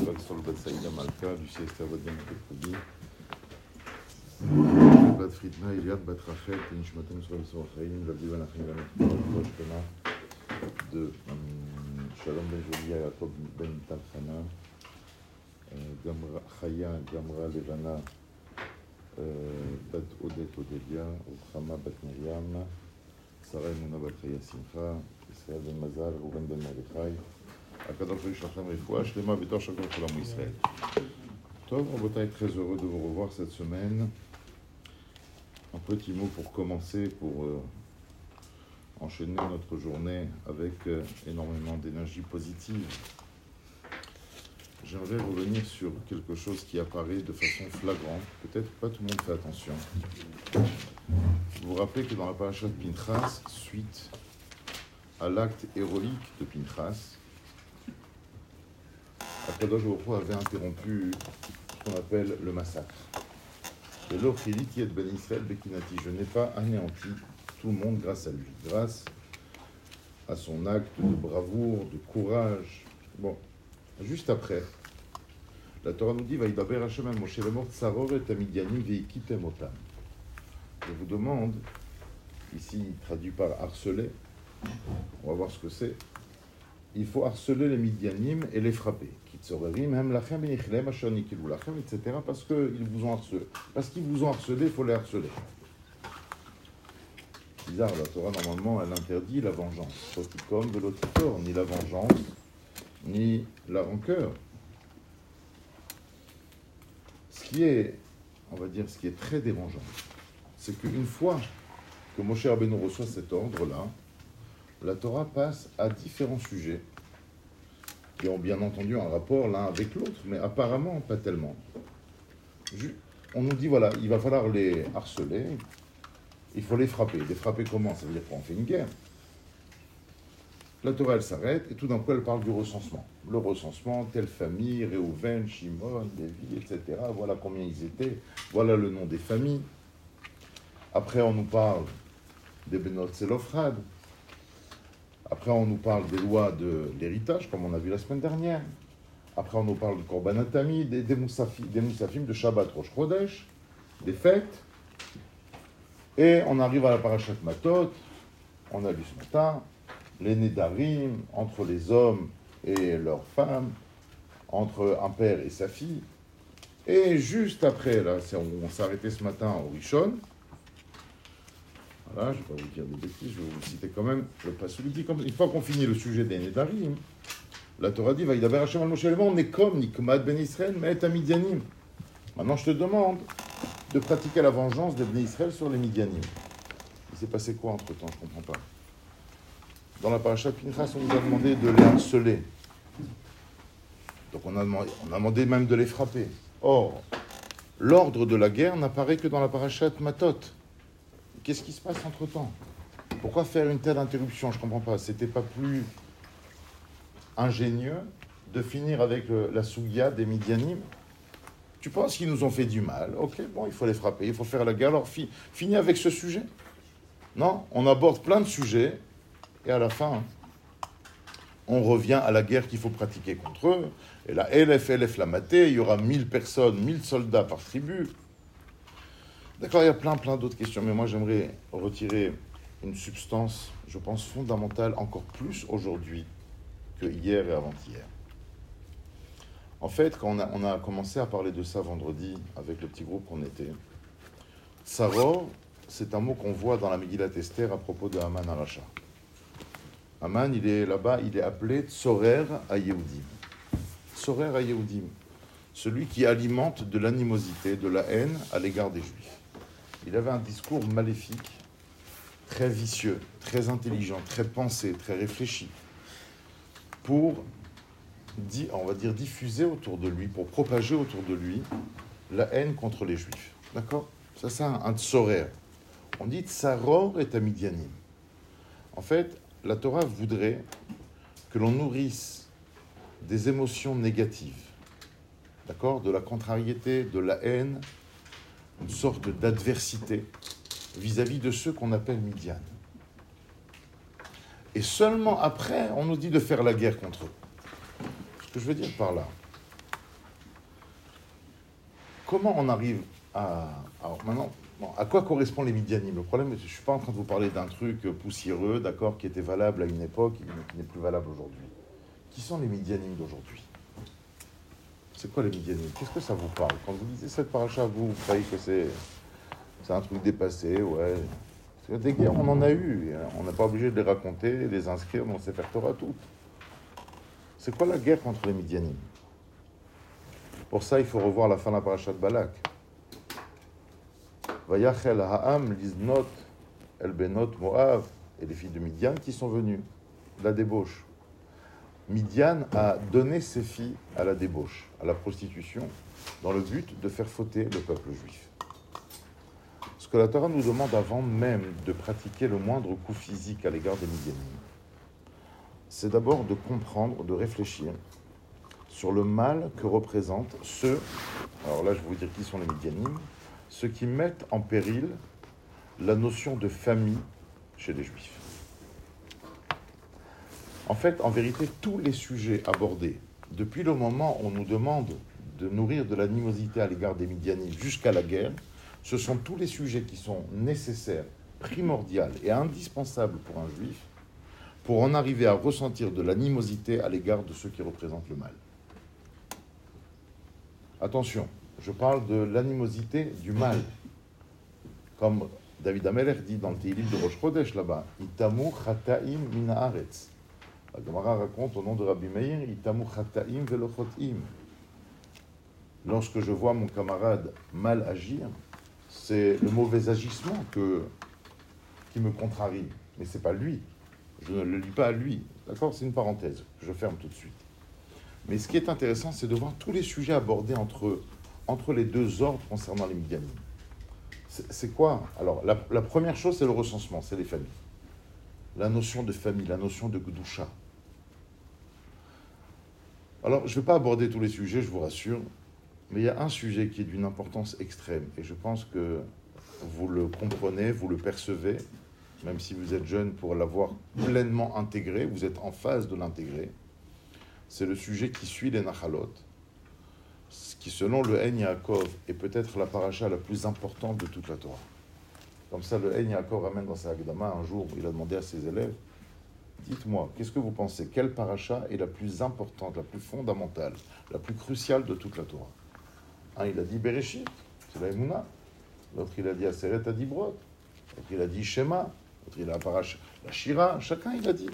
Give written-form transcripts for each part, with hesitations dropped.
Chag Sol Bat Saïda Malka, Lucie Esther Bat Diana Petroudi, Bat Fritna, Iliad Bat Rachet, Nishmatem Sol Sochaim, Lavdi Ben Achim Ben Echtor, Roshkana, de Shalom Ben Jolia, Jacob Ben Talchana, Chaya, Gamra Levana, Bat Odet Odelia, Ruchama Bat Miriam, Sarah Emouna Bat Chaya Simcha, Israël Ben Mazal, Rouven Ben Mordechai, Akadosh Baruch Hu Refoua Shlema B'tor Shakol Cholam Israël. Tov, Rabotai, très heureux de vous revoir cette semaine. Un petit mot pour commencer, pour enchaîner notre journée avec énormément d'énergie positive. J'aimerais revenir sur quelque chose qui apparaît de façon flagrante. Peut-être pas tout le monde fait attention. Vous vous rappelez que dans la paracha de Pinchas, suite à l'acte héroïque de Pinchas, Akadosh Baruch Hu avait interrompu ce qu'on appelle le massacre. Et l'autre, il dit Ben Israël Bekinati, je n'ai pas anéanti tout le monde grâce à lui, grâce à son acte de bravoure, de courage. Bon, juste après, la Torah nous dit Vaïdaber Hashem el Moshe lemor tsaror et amidianim veikitem otam. Je vous demande, ici traduit par harceler, on va voir ce que c'est. Il faut harceler les Midianim et les frapper. Etc. Parce qu'ils vous ont harcelé. Parce qu'ils vous ont harcelé, il faut les harceler. Bizarre, la Torah, normalement, elle interdit la vengeance. Sotikom de l'otitor, ni la vengeance, ni la rancœur. Ce qui est, on va dire, ce qui est très dérangeant, c'est qu'une fois que Moshe Rabbeinu reçoit cet ordre-là, la Torah passe à différents sujets qui ont bien entendu un rapport l'un avec l'autre, mais apparemment pas tellement. On nous dit, voilà, il va falloir les harceler, il faut les frapper. Les frapper comment? Ça veut dire qu'on fait une guerre. La Torah, elle s'arrête, et tout d'un coup, elle parle du recensement. Le recensement, telle famille, Réhouven, Shimon, Lévi, etc. Voilà combien ils étaient, voilà le nom des familles. Après, on nous parle des Benot Zelofrad. Après, on nous parle des lois de l'héritage, comme on a vu la semaine dernière. Après, on nous parle de Korban Atami, des Moussafim, de Shabbat Rosh Chodesh, des fêtes. Et on arrive à la Parashat Matot, on a lu ce matin, les Nédarim, entre les hommes et leurs femmes, entre un père et sa fille. Et juste après, là, on s'est arrêté ce matin au Rishon. Voilà, je ne vais pas vous dire des bêtises, je vais vous citer quand même le passage. Une fois qu'on finit le sujet des Nédarim, la Torah dit Vaïdaber Hashem al Moshe lemor nekom nikmad ben Israël me'et amidianim. Maintenant, je te demande de pratiquer la vengeance des Ben Israël sur les Midianim. Il s'est passé quoi entre-temps? Je ne comprends pas. Dans la paracha Pinchas, on nous a demandé de les harceler. Donc on a demandé même de les frapper. Or, l'ordre de la guerre n'apparaît que dans la paracha Matot. Qu'est-ce qui se passe entre-temps? Pourquoi faire une telle interruption? Je ne comprends pas. C'était pas plus ingénieux de finir avec la sougia des Midianim? Tu penses qu'ils nous ont fait du mal? Ok, bon, il faut les frapper, il faut faire la guerre. Alors, finis avec ce sujet. Non, on aborde plein de sujets, et à la fin, on revient à la guerre qu'il faut pratiquer contre eux. Et là, Elef la maté, il y aura 1000 personnes, 1000 soldats par tribu. D'accord, il y a plein d'autres questions, mais moi, j'aimerais retirer une substance, je pense, fondamentale, encore plus aujourd'hui que hier et avant-hier. En fait, quand on a commencé à parler de ça vendredi, avec le petit groupe qu'on était, Tsaror, c'est un mot qu'on voit dans la Megillat Esther à propos de Haman Aracha. Haman, il est là-bas, il est appelé Tzorer HaYehudim. Tzorer HaYehudim, celui qui alimente de l'animosité, de la haine à l'égard des Juifs. Il avait un discours maléfique, très vicieux, très intelligent, très pensé, très réfléchi, pour, on va dire, diffuser autour de lui, pour propager autour de lui la haine contre les Juifs. D'accord? Ça, c'est un tzorer. On dit tsaror et amidianim. En fait, la Torah voudrait que l'on nourrisse des émotions négatives. D'accord? De la contrariété, de la haine, une sorte d'adversité vis-à-vis de ceux qu'on appelle Midian. Et seulement après, on nous dit de faire la guerre contre eux. Ce que je veux dire par là, comment on arrive à... Alors maintenant, bon, à quoi correspondent les Midianim? Le problème, je ne suis pas en train de vous parler d'un truc poussiéreux, d'accord, qui était valable à une époque et qui n'est plus valable aujourd'hui. Qui sont les Midianim d'aujourd'hui? C'est quoi les Midianim? Qu'est-ce que ça vous parle? Quand vous lisez cette paracha, vous croyez que c'est un truc dépassé, ouais. Des guerres, on en a eu. On n'est pas obligé de les raconter, les inscrire dans Sefer Torah toutes. C'est quoi la guerre contre les Midianim? Pour ça, il faut revoir la fin de la paracha de Balak. Vayachel ha'am liznot el benot Moav, et les filles de Midian qui sont venues, la débauche. Midian a donné ses filles à la débauche, à la prostitution, dans le but de faire fauter le peuple juif. Ce que la Torah nous demande avant même de pratiquer le moindre coup physique à l'égard des Midianim, c'est d'abord de comprendre, de réfléchir sur le mal que représentent ceux, alors là je vais vous dire qui sont les Midianim, ceux qui mettent en péril la notion de famille chez les Juifs. En fait, en vérité, tous les sujets abordés, depuis le moment où on nous demande de nourrir de l'animosité à l'égard des Midianim jusqu'à la guerre, ce sont tous les sujets qui sont nécessaires, primordiaux et indispensables pour un Juif pour en arriver à ressentir de l'animosité à l'égard de ceux qui représentent le mal. Attention, je parle de l'animosité du mal. Comme David Ameler dit dans le Tehillim de Rosh Chodesh là-bas, Itamu chataim min haaretz. La Gemara raconte au nom de Rabbi Meir, Itamu chataim velo chotim. Lorsque je vois mon camarade mal agir, c'est le mauvais agissement qui me contrarie. Mais ce n'est pas lui. Je ne le lis pas à lui. D'accord? C'est une parenthèse que je ferme tout de suite. Mais ce qui est intéressant, c'est de voir tous les sujets abordés entre les deux ordres concernant les Midianim. C'est quoi? Alors, la première chose, c'est le recensement, c'est les familles. La notion de famille, la notion de Gdusha. Alors, je ne vais pas aborder tous les sujets, je vous rassure, mais il y a un sujet qui est d'une importance extrême, et je pense que vous le comprenez, vous le percevez, même si vous êtes jeune pour l'avoir pleinement intégré, vous êtes en phase de l'intégrer. C'est le sujet qui suit les Nachalot, qui selon le Ein Yaakov est peut-être la paracha la plus importante de toute la Torah. Comme ça, le Ein Yaakov ramène dans sa Hagdama, un jour, il a demandé à ses élèves, dites-moi, qu'est-ce que vous pensez? Quelle paracha est la plus importante, la plus fondamentale, la plus cruciale de toute la Torah? Un, il a dit Bereshit, c'est la Emouna. L'autre, il a dit Aseret Adibrot. L'autre, il a dit Shema. L'autre, il a paracha la Shira. Chacun, il a dit.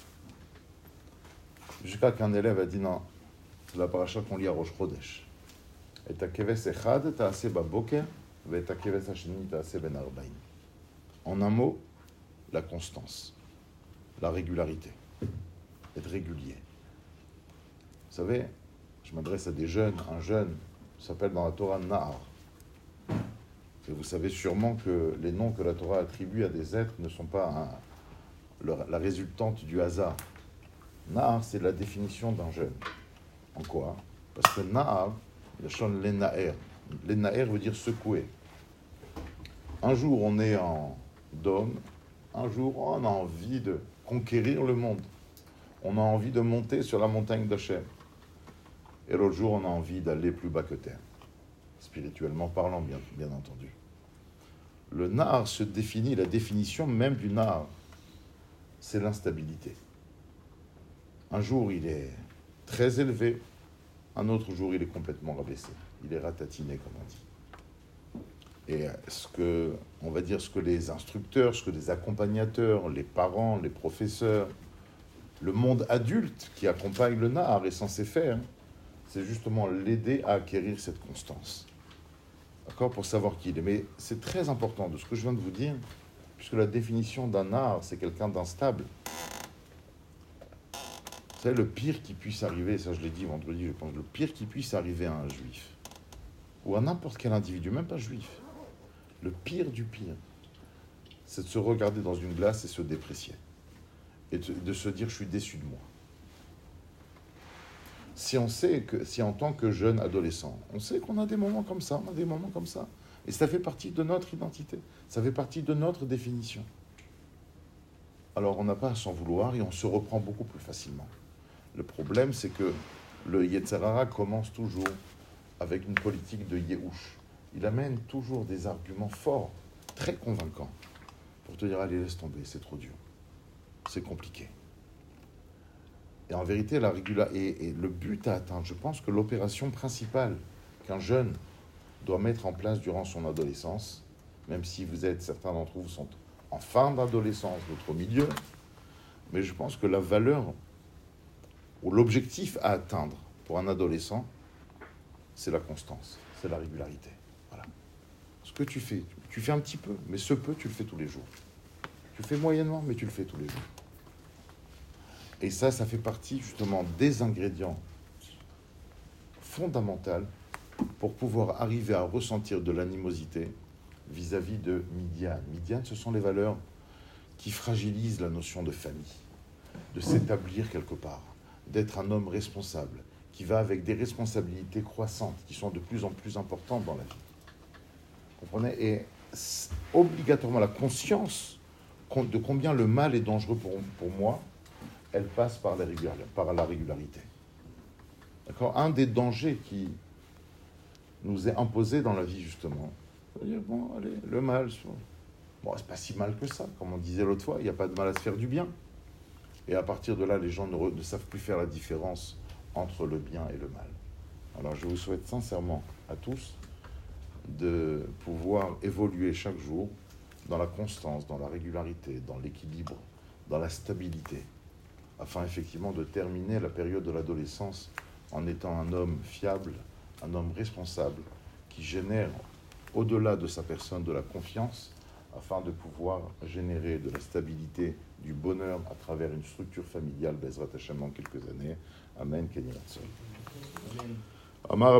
Jusqu'à qu'un élève a dit non, c'est la paracha qu'on lit à Rosh Chodesh. Et ta keves echad ta'aseh baboker, et ta keves hasheni ta'aseh ben arbaim. En un mot, la constance, la régularité, être régulier. Vous savez, je m'adresse à des jeunes, un jeune s'appelle dans la Torah Nahar. Et vous savez sûrement que les noms que la Torah attribue à des êtres ne sont pas la résultante du hasard. Nahar, c'est la définition d'un jeune. En quoi? Parce que Nahar, le chant Lenaer. Lenaer veut dire secouer. Un jour, on est en dôme. Un jour, on a envie de conquérir le monde. On a envie de monter sur la montagne d'Hachem. Et l'autre jour, on a envie d'aller plus bas que terre. Spirituellement parlant, bien entendu. Le Nahar se définit, la définition même du Nahar, c'est l'instabilité. Un jour, il est très élevé. Un autre jour, il est complètement rabaissé. Il est ratatiné, comme on dit. Et ce que les instructeurs, ce que les accompagnateurs, les parents, les professeurs, le monde adulte qui accompagne le Nahar est censé faire, c'est justement l'aider à acquérir cette constance. D'accord? Pour savoir qui il est. Mais c'est très important de ce que je viens de vous dire, puisque la définition d'un Nahar, c'est quelqu'un d'instable. Vous savez, le pire qui puisse arriver, ça je l'ai dit vendredi, je pense, le pire qui puisse arriver à un juif, ou à n'importe quel individu, même pas juif, le pire du pire, c'est de se regarder dans une glace et se déprécier. Et de se dire, je suis déçu de moi. Si on sait que, si en tant que jeune adolescent, on sait qu'on a des moments comme ça, on a des moments comme ça, et ça fait partie de notre identité, ça fait partie de notre définition. Alors on n'a pas à s'en vouloir et on se reprend beaucoup plus facilement. Le problème, c'est que le Yetzer Hara commence toujours avec une politique de Yehush. Il amène toujours des arguments forts, très convaincants, pour te dire, allez, laisse tomber, c'est trop dur, c'est compliqué. Et en vérité, et le but à atteindre, je pense que l'opération principale qu'un jeune doit mettre en place durant son adolescence, même si certains d'entre vous sont en fin d'adolescence, d'autres au milieu, mais je pense que la valeur ou l'objectif à atteindre pour un adolescent, c'est la constance, c'est la régularité. Voilà. Ce que tu fais un petit peu, mais ce peu, tu le fais tous les jours. Tu fais moyennement, mais tu le fais tous les jours. Et ça fait partie justement des ingrédients fondamentaux pour pouvoir arriver à ressentir de l'animosité vis-à-vis de Midian. Midian, ce sont les valeurs qui fragilisent la notion de famille, de s'établir quelque part, d'être un homme responsable, qui va avec des responsabilités croissantes, qui sont de plus en plus importantes dans la vie. Vous comprenez ? Et obligatoirement, la conscience de combien le mal est dangereux pour moi, elle passe par la régularité. D'accord ? Un des dangers qui nous est imposé dans la vie, justement, c'est de dire, bon, allez, le mal, bon, c'est pas si mal que ça, comme on disait l'autre fois, il n'y a pas de mal à se faire du bien. Et à partir de là, les gens ne savent plus faire la différence entre le bien et le mal. Alors je vous souhaite sincèrement à tous de pouvoir évoluer chaque jour dans la constance, dans la régularité, dans l'équilibre, dans la stabilité, afin effectivement de terminer la période de l'adolescence en étant un homme fiable, un homme responsable, qui génère au-delà de sa personne de la confiance, afin de pouvoir générer de la stabilité, du bonheur à travers une structure familiale, Bezrat Hashem, dans quelques années. Amen, Kenny Ratzon. Amar